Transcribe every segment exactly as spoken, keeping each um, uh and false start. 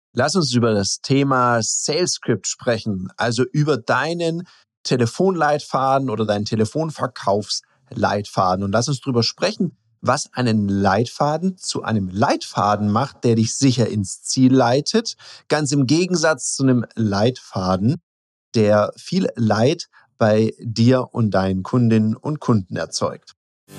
Lass uns über das Thema Sales Script sprechen, also über deinen Telefonleitfaden oder deinen Telefonverkaufsleitfaden. Und lass uns darüber sprechen, was einen Leitfaden zu einem Leitfaden macht, der dich sicher ins Ziel leitet, ganz im Gegensatz zu einem Leitfaden, der viel Leid bei dir und deinen Kundinnen und Kunden erzeugt.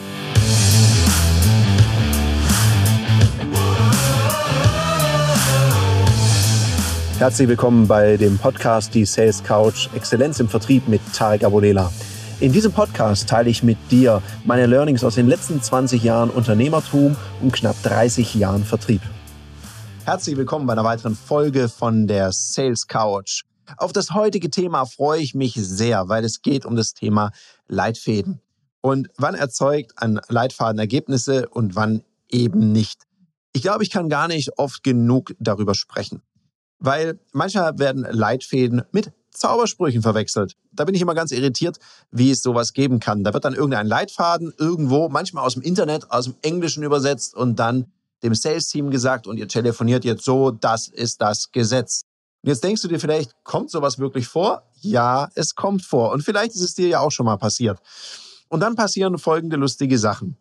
Herzlich willkommen bei dem Podcast Die Sales Couch Exzellenz im Vertrieb mit Tarek Abodela. In diesem Podcast teile ich mit dir meine Learnings aus den letzten zwanzig Jahren Unternehmertum und knapp dreißig Jahren Vertrieb. Herzlich willkommen bei einer weiteren Folge von der Sales Couch. Auf das heutige Thema freue ich mich sehr, weil es geht um das Thema Leitfäden. Und wann erzeugt ein Leitfaden Ergebnisse und wann eben nicht? Ich glaube, ich kann gar nicht oft genug darüber sprechen. Weil manchmal werden Leitfäden mit Zaubersprüchen verwechselt. Da bin ich immer ganz irritiert, wie es sowas geben kann. Da wird dann irgendein Leitfaden irgendwo, manchmal aus dem Internet, aus dem Englischen übersetzt und dann dem Sales-Team gesagt und ihr telefoniert jetzt so, das ist das Gesetz. Und jetzt denkst du dir vielleicht, kommt sowas wirklich vor? Ja, es kommt vor. Und vielleicht ist es dir ja auch schon mal passiert. Und dann passieren folgende lustige Sachen.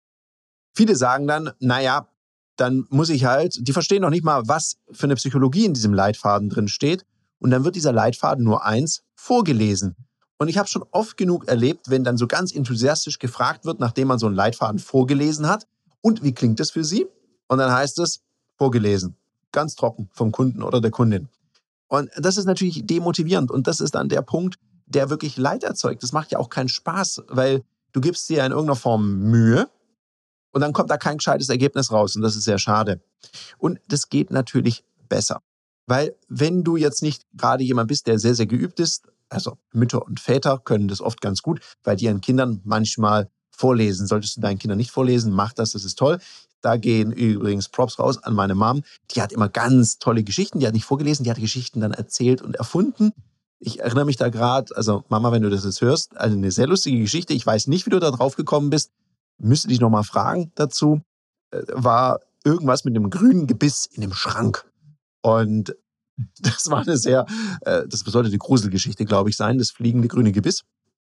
Viele sagen dann, naja, dann muss ich halt, die verstehen noch nicht mal, was für eine Psychologie in diesem Leitfaden drin steht. Und dann wird dieser Leitfaden nur eins vorgelesen. Und ich habe schon oft genug erlebt, wenn dann so ganz enthusiastisch gefragt wird, nachdem man so einen Leitfaden vorgelesen hat. Und wie klingt das für Sie? Und dann heißt es, vorgelesen. Ganz trocken vom Kunden oder der Kundin. Und das ist natürlich demotivierend. Und das ist dann der Punkt, der wirklich Leid erzeugt. Das macht ja auch keinen Spaß, weil du gibst dir in irgendeiner Form Mühe. Und dann kommt da kein gescheites Ergebnis raus und das ist sehr schade. Und das geht natürlich besser. Weil wenn du jetzt nicht gerade jemand bist, der sehr, sehr geübt ist, also Mütter und Väter können das oft ganz gut, weil die ihren Kindern manchmal vorlesen. Solltest du deinen Kindern nicht vorlesen, mach das, das ist toll. Da gehen übrigens Props raus an meine Mom. Die hat immer ganz tolle Geschichten, die hat nicht vorgelesen, die hat Geschichten dann erzählt und erfunden. Ich erinnere mich da gerade, also Mama, wenn du das jetzt hörst, also eine sehr lustige Geschichte. Ich weiß nicht, wie du da drauf gekommen bist. Müsste dich nochmal fragen dazu, war irgendwas mit einem grünen Gebiss in dem Schrank. Und das war eine sehr, das sollte eine Gruselgeschichte, glaube ich, sein, das fliegende grüne Gebiss.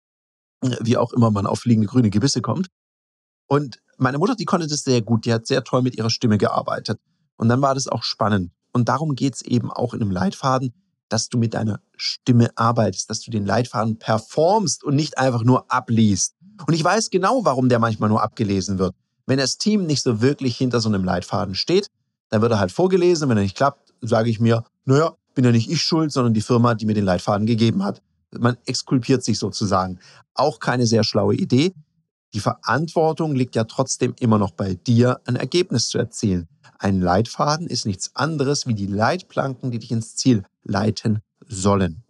Wie auch immer man auf fliegende grüne Gebisse kommt. Und meine Mutter, die konnte das sehr gut, die hat sehr toll mit ihrer Stimme gearbeitet. Und dann war das auch spannend. Und darum geht es eben auch in einem Leitfaden, dass du mit deiner Stimme arbeitest, dass du den Leitfaden performst und nicht einfach nur abliest. Und ich weiß genau, warum der manchmal nur abgelesen wird. Wenn das Team nicht so wirklich hinter so einem Leitfaden steht, dann wird er halt vorgelesen. Wenn er nicht klappt, sage ich mir, naja, bin ja nicht ich schuld, sondern die Firma, die mir den Leitfaden gegeben hat. Man exkulpiert sich sozusagen. Auch keine sehr schlaue Idee. Die Verantwortung liegt ja trotzdem immer noch bei dir, ein Ergebnis zu erzielen. Ein Leitfaden ist nichts anderes wie die Leitplanken, die dich ins Ziel leiten sollen.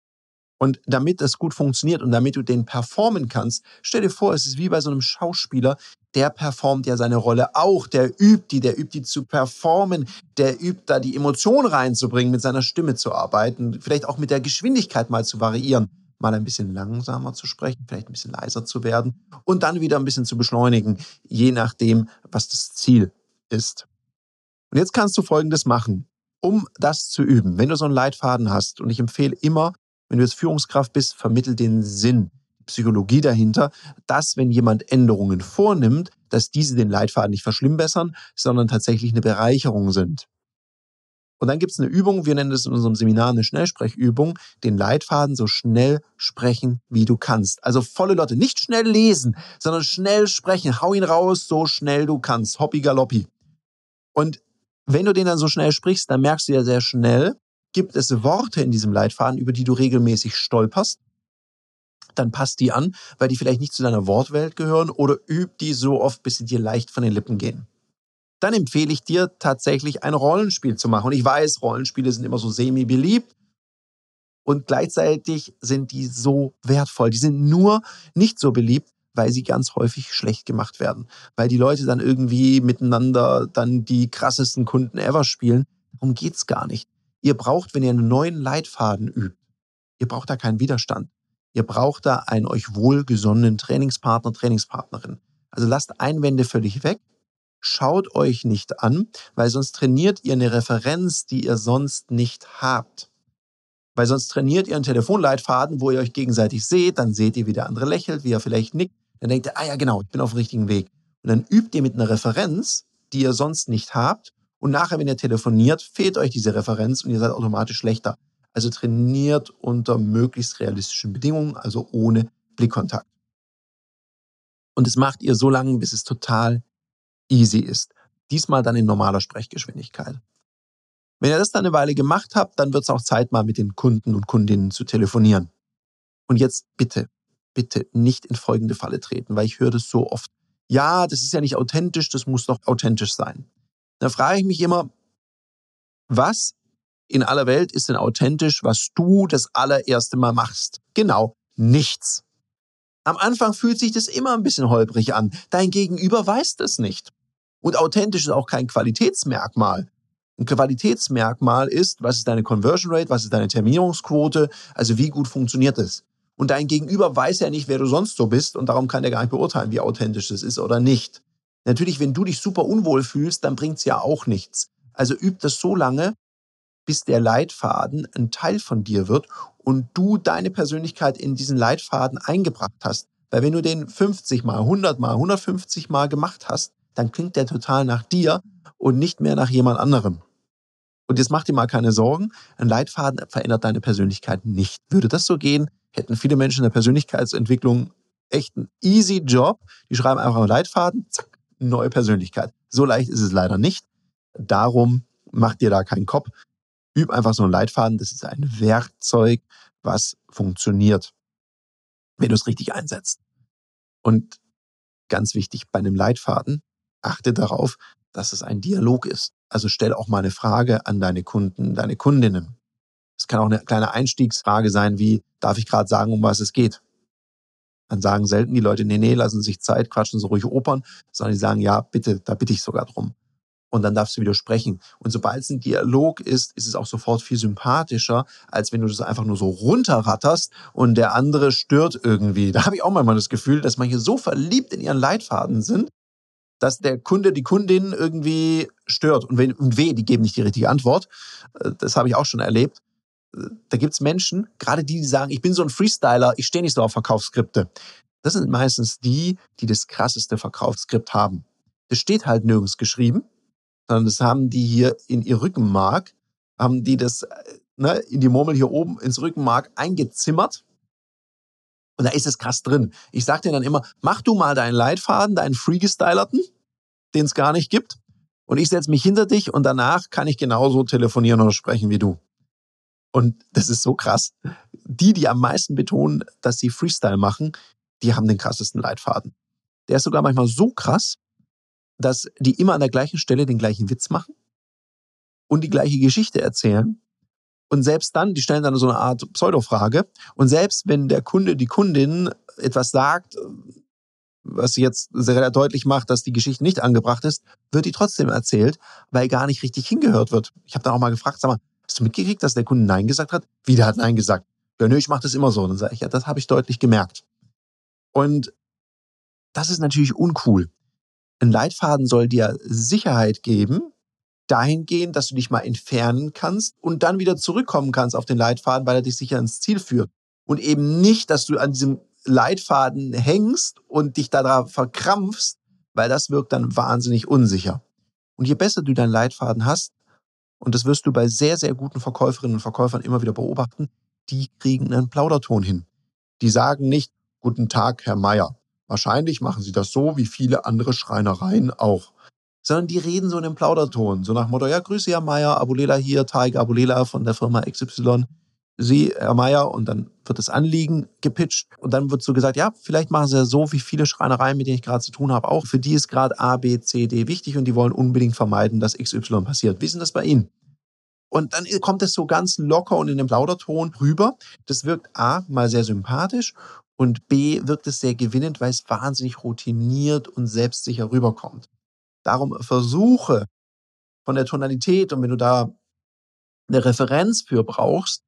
Und damit das gut funktioniert und damit du den performen kannst, stell dir vor, es ist wie bei so einem Schauspieler, der performt ja seine Rolle auch, der übt die, der übt die zu performen, der übt da die Emotion reinzubringen, mit seiner Stimme zu arbeiten, vielleicht auch mit der Geschwindigkeit mal zu variieren, mal ein bisschen langsamer zu sprechen, vielleicht ein bisschen leiser zu werden und dann wieder ein bisschen zu beschleunigen, je nachdem, was das Ziel ist. Und jetzt kannst du Folgendes machen, um das zu üben. Wenn du so einen Leitfaden hast, und ich empfehle immer, wenn du jetzt Führungskraft bist, vermittel den Sinn, die Psychologie dahinter, dass, wenn jemand Änderungen vornimmt, dass diese den Leitfaden nicht verschlimmbessern, sondern tatsächlich eine Bereicherung sind. Und dann gibt es eine Übung, wir nennen das in unserem Seminar eine Schnellsprechübung, den Leitfaden so schnell sprechen, wie du kannst. Also volle Lotte, nicht schnell lesen, sondern schnell sprechen. Hau ihn raus, so schnell du kannst. Hoppi galoppi. Und wenn du den dann so schnell sprichst, dann merkst du ja sehr schnell, gibt es Worte in diesem Leitfaden, über die du regelmäßig stolperst, dann passt die an, weil die vielleicht nicht zu deiner Wortwelt gehören oder üb die so oft, bis sie dir leicht von den Lippen gehen. Dann empfehle ich dir tatsächlich ein Rollenspiel zu machen. Und ich weiß, Rollenspiele sind immer so semi-beliebt und gleichzeitig sind die so wertvoll. Die sind nur nicht so beliebt, weil sie ganz häufig schlecht gemacht werden. Weil die Leute dann irgendwie miteinander dann die krassesten Kunden ever spielen. Darum geht's gar nicht. Ihr braucht, wenn ihr einen neuen Leitfaden übt, ihr braucht da keinen Widerstand. Ihr braucht da einen euch wohlgesonnenen Trainingspartner, Trainingspartnerin. Also lasst Einwände völlig weg Schaut euch nicht an, weil sonst trainiert ihr eine Referenz, die ihr sonst nicht habt. Weil sonst trainiert ihr einen Telefonleitfaden, wo ihr euch gegenseitig seht, dann seht ihr, wie der andere lächelt, wie er vielleicht nickt. Dann denkt ihr, ah ja genau, ich bin auf dem richtigen Weg. Und dann übt ihr mit einer Referenz, die ihr sonst nicht habt. Und nachher, wenn ihr telefoniert, fehlt euch diese Referenz und ihr seid automatisch schlechter. Also trainiert unter möglichst realistischen Bedingungen, also ohne Blickkontakt. Und das macht ihr so lange, bis es total easy ist. Diesmal dann in normaler Sprechgeschwindigkeit. Wenn ihr das dann eine Weile gemacht habt, dann wird es auch Zeit, mal mit den Kunden und Kundinnen zu telefonieren. Und jetzt bitte, bitte nicht in folgende Falle treten, weil ich höre das so oft. Ja, das ist ja nicht authentisch, das muss doch authentisch sein. Da frage ich mich immer, was in aller Welt ist denn authentisch, was du das allererste Mal machst? Genau, nichts. Am Anfang fühlt sich das immer ein bisschen holprig an. Dein Gegenüber weiß das nicht. Und authentisch ist auch kein Qualitätsmerkmal. Ein Qualitätsmerkmal ist, was ist deine Conversion Rate, was ist deine Terminierungsquote, also wie gut funktioniert es. Und dein Gegenüber weiß ja nicht, wer du sonst so bist und darum kann der gar nicht beurteilen, wie authentisch das ist oder nicht. Natürlich, wenn du dich super unwohl fühlst, dann bringt es ja auch nichts. Also üb das so lange, bis der Leitfaden ein Teil von dir wird und du deine Persönlichkeit in diesen Leitfaden eingebracht hast. Weil wenn du den fünfzig mal, hundert mal, hundertfünfzig mal gemacht hast, dann klingt der total nach dir und nicht mehr nach jemand anderem. Und jetzt mach dir mal keine Sorgen, ein Leitfaden verändert deine Persönlichkeit nicht. Würde das so gehen, hätten viele Menschen in der Persönlichkeitsentwicklung echt einen easy Job. Die schreiben einfach einen Leitfaden, zack, neue Persönlichkeit. So leicht ist es leider nicht. Darum mach dir da keinen Kopf. Üb einfach so einen Leitfaden. Das ist ein Werkzeug, was funktioniert, wenn du es richtig einsetzt. Und ganz wichtig, bei einem Leitfaden, achte darauf, dass es ein Dialog ist. Also stell auch mal eine Frage an deine Kunden, deine Kundinnen. Es kann auch eine kleine Einstiegsfrage sein, wie, darf ich gerade sagen, um was es geht? Dann sagen selten die Leute, nee, nee, lassen sich Zeit, quatschen so ruhig Opern, sondern die sagen, ja, bitte, da bitte ich sogar drum. Und dann darfst du wieder sprechen. Und sobald es ein Dialog ist, ist es auch sofort viel sympathischer, als wenn du das einfach nur so runterratterst und der andere stört irgendwie. Da habe ich auch manchmal das Gefühl, dass manche so verliebt in ihren Leitfaden sind, dass der Kunde, die Kundin irgendwie stört. Und, wenn, und weh, die geben nicht die richtige Antwort. Das habe ich auch schon erlebt. Da gibt es Menschen, gerade die, die sagen, ich bin so ein Freestyler, ich stehe nicht so auf Verkaufsskripte. Das sind meistens die, die das krasseste Verkaufsskript haben. Das steht halt nirgends geschrieben, sondern das haben die hier in ihr Rückenmark, haben die das ne, in die Murmel hier oben ins Rückenmark eingezimmert. Und da ist es krass drin. Ich sage dir dann immer, mach du mal deinen Leitfaden, deinen Freegestylerten, den es gar nicht gibt. Und ich setze mich hinter dich und danach kann ich genauso telefonieren oder sprechen wie du. Und das ist so krass. Die, die am meisten betonen, dass sie Freestyle machen, die haben den krassesten Leitfaden. Der ist sogar manchmal so krass, dass die immer an der gleichen Stelle den gleichen Witz machen und die gleiche Geschichte erzählen. Und selbst dann, die stellen dann so eine Art Pseudofrage. Und selbst wenn der Kunde, die Kundin etwas sagt, was jetzt sehr deutlich macht, dass die Geschichte nicht angebracht ist, wird die trotzdem erzählt, weil gar nicht richtig hingehört wird. Ich habe dann auch mal gefragt, sag mal, hast du mitgekriegt, dass der Kunde Nein gesagt hat? Wie, der hat Nein gesagt? Ja, nö, ich mache das immer so. Dann sage ich, ja, das habe ich deutlich gemerkt. Und das ist natürlich uncool. Ein Leitfaden soll dir Sicherheit geben, dahingehend, dass du dich mal entfernen kannst und dann wieder zurückkommen kannst auf den Leitfaden, weil er dich sicher ins Ziel führt. Und eben nicht, dass du an diesem Leitfaden hängst und dich da verkrampfst, weil das wirkt dann wahnsinnig unsicher. Und je besser du deinen Leitfaden hast, und das wirst du bei sehr, sehr guten Verkäuferinnen und Verkäufern immer wieder beobachten, die kriegen einen Plauderton hin. Die sagen nicht, guten Tag, Herr Meier. Wahrscheinlich machen sie das so, wie viele andere Schreinereien auch. Sondern die reden so in einem Plauderton. So nach dem Motto, ja, grüße Herr Meier, Abulela hier, Tarek Abulela von der Firma X Y. Sie, Herr Meier, und dann wird das Anliegen gepitcht. Und dann wird so gesagt, ja, vielleicht machen sie ja so, wie viele Schreinereien, mit denen ich gerade zu tun habe, auch. Für die ist gerade A, B, C, D wichtig und die wollen unbedingt vermeiden, dass X Y passiert. Wie ist denn das bei Ihnen? Und dann kommt es so ganz locker und in dem Plauderton rüber. Das wirkt A, mal sehr sympathisch und B, wirkt es sehr gewinnend, weil es wahnsinnig routiniert und selbstsicher rüberkommt. Darum versuche von der Tonalität, und wenn du da eine Referenz für brauchst,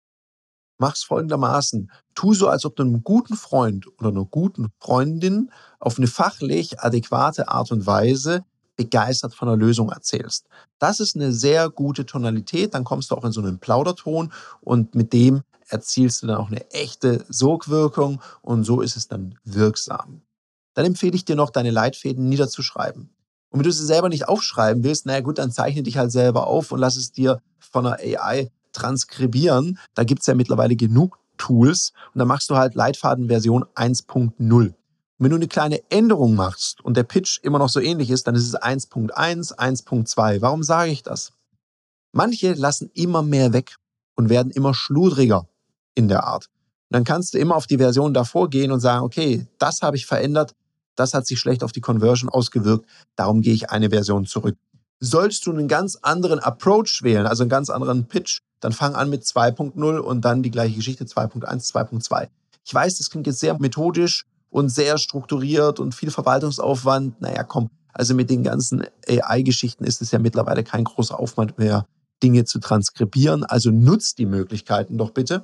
mach's folgendermaßen. Tu so, als ob du einem guten Freund oder einer guten Freundin auf eine fachlich adäquate Art und Weise begeistert von der Lösung erzählst. Das ist eine sehr gute Tonalität, dann kommst du auch in so einen Plauderton und mit dem erzielst du dann auch eine echte Sogwirkung und so ist es dann wirksam. Dann empfehle ich dir noch, deine Leitfäden niederzuschreiben. Und wenn du sie selber nicht aufschreiben willst, naja gut, dann zeichne dich halt selber auf und lass es dir von einer A I transkribieren. Da gibt es ja mittlerweile genug Tools und dann machst du halt Leitfaden-Version eins Punkt null. Und wenn du eine kleine Änderung machst und der Pitch immer noch so ähnlich ist, dann ist es eins Punkt eins, eins Punkt zwei. Warum sage ich das? Manche lassen immer mehr weg und werden immer schludriger in der Art. Und dann kannst du immer auf die Version davor gehen und sagen, okay, das habe ich verändert, das hat sich schlecht auf die Conversion ausgewirkt, darum gehe ich eine Version zurück. Sollst du einen ganz anderen Approach wählen, also einen ganz anderen Pitch, dann fang an mit zwei Punkt null und dann die gleiche Geschichte zwei Punkt eins, zwei Punkt zwei. Ich weiß, das klingt jetzt sehr methodisch und sehr strukturiert und viel Verwaltungsaufwand. Naja, komm, also mit den ganzen A I-Geschichten ist es ja mittlerweile kein großer Aufwand mehr, Dinge zu transkribieren. Also nutzt die Möglichkeiten doch bitte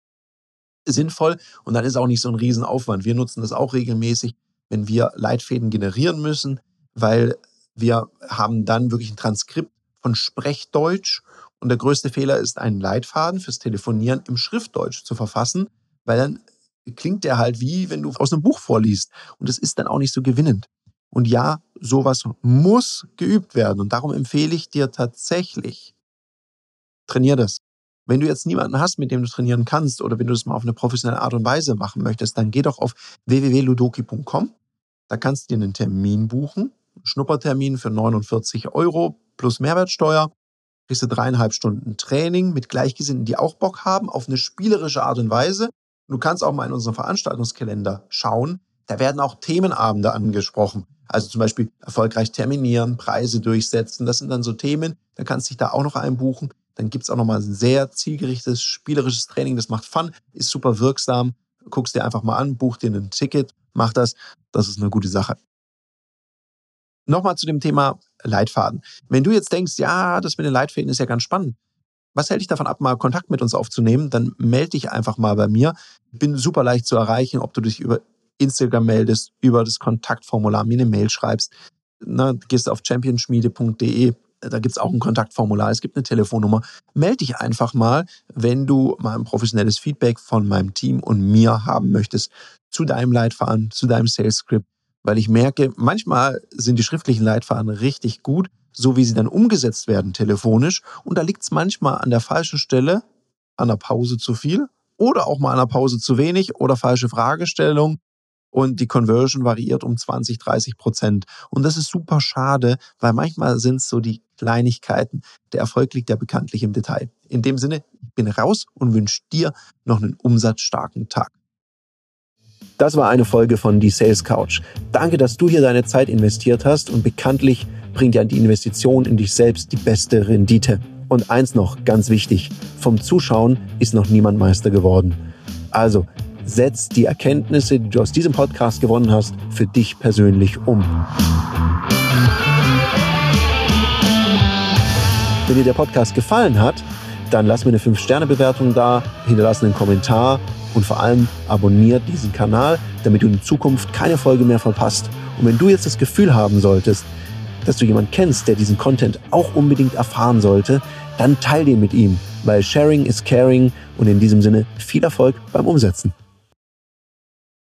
sinnvoll und dann ist auch nicht so ein Riesenaufwand. Wir nutzen das auch regelmäßig, wenn wir Leitfäden generieren müssen, weil wir haben dann wirklich ein Transkript von Sprechdeutsch und der größte Fehler ist, einen Leitfaden fürs Telefonieren im Schriftdeutsch zu verfassen, weil dann klingt der halt wie, wenn du aus einem Buch vorliest und es ist dann auch nicht so gewinnend. Und ja, sowas muss geübt werden und darum empfehle ich dir tatsächlich, trainier das. Wenn du jetzt niemanden hast, mit dem du trainieren kannst oder wenn du das mal auf eine professionelle Art und Weise machen möchtest, dann geh doch auf w w w punkt ludoki punkt com. Da kannst du dir einen Termin buchen, einen Schnuppertermin für neunundvierzig Euro plus Mehrwertsteuer. Kriegst du dreieinhalb Stunden Training mit Gleichgesinnten, die auch Bock haben, auf eine spielerische Art und Weise. Du kannst auch mal in unseren Veranstaltungskalender schauen. Da werden auch Themenabende angesprochen. Also zum Beispiel erfolgreich terminieren, Preise durchsetzen. Das sind dann so Themen, da kannst du dich da auch noch einbuchen. Dann gibt es auch nochmal ein sehr zielgerichtetes, spielerisches Training. Das macht Fun, ist super wirksam. Guckst dir einfach mal an, buch dir ein Ticket, mach das. Das ist eine gute Sache. Nochmal zu dem Thema Leitfaden. Wenn du jetzt denkst, ja, das mit den Leitfäden ist ja ganz spannend. Was hält dich davon ab, mal Kontakt mit uns aufzunehmen? Dann melde dich einfach mal bei mir. Ich bin super leicht zu erreichen, ob du dich über Instagram meldest, über das Kontaktformular mir eine Mail schreibst. Na, gehst auf championschmiede punkt de, da gibt es auch ein Kontaktformular, es gibt eine Telefonnummer. Melde dich einfach mal, wenn du mal ein professionelles Feedback von meinem Team und mir haben möchtest zu deinem Leitfaden, zu deinem Sales Script, weil ich merke, manchmal sind die schriftlichen Leitfaden richtig gut, so wie sie dann umgesetzt werden telefonisch und da liegt es manchmal an der falschen Stelle, an der Pause zu viel oder auch mal an der Pause zu wenig oder falsche Fragestellung. Und die Conversion variiert um zwanzig, dreißig Prozent. Und das ist super schade, weil manchmal sind es so die Kleinigkeiten. Der Erfolg liegt ja bekanntlich im Detail. In dem Sinne, ich bin raus und wünsche dir noch einen umsatzstarken Tag. Das war eine Folge von Die Sales Couch. Danke, dass du hier deine Zeit investiert hast und bekanntlich bringt ja die Investition in dich selbst die beste Rendite. Und eins noch, ganz wichtig, vom Zuschauen ist noch niemand Meister geworden. Also, setz die Erkenntnisse, die du aus diesem Podcast gewonnen hast, für dich persönlich um. Wenn dir der Podcast gefallen hat, dann lass mir eine fünf Sterne Bewertung da, hinterlass einen Kommentar und vor allem abonniert diesen Kanal, damit du in Zukunft keine Folge mehr verpasst. Und wenn du jetzt das Gefühl haben solltest, dass du jemanden kennst, der diesen Content auch unbedingt erfahren sollte, dann teile den mit ihm, weil Sharing is Caring und in diesem Sinne viel Erfolg beim Umsetzen.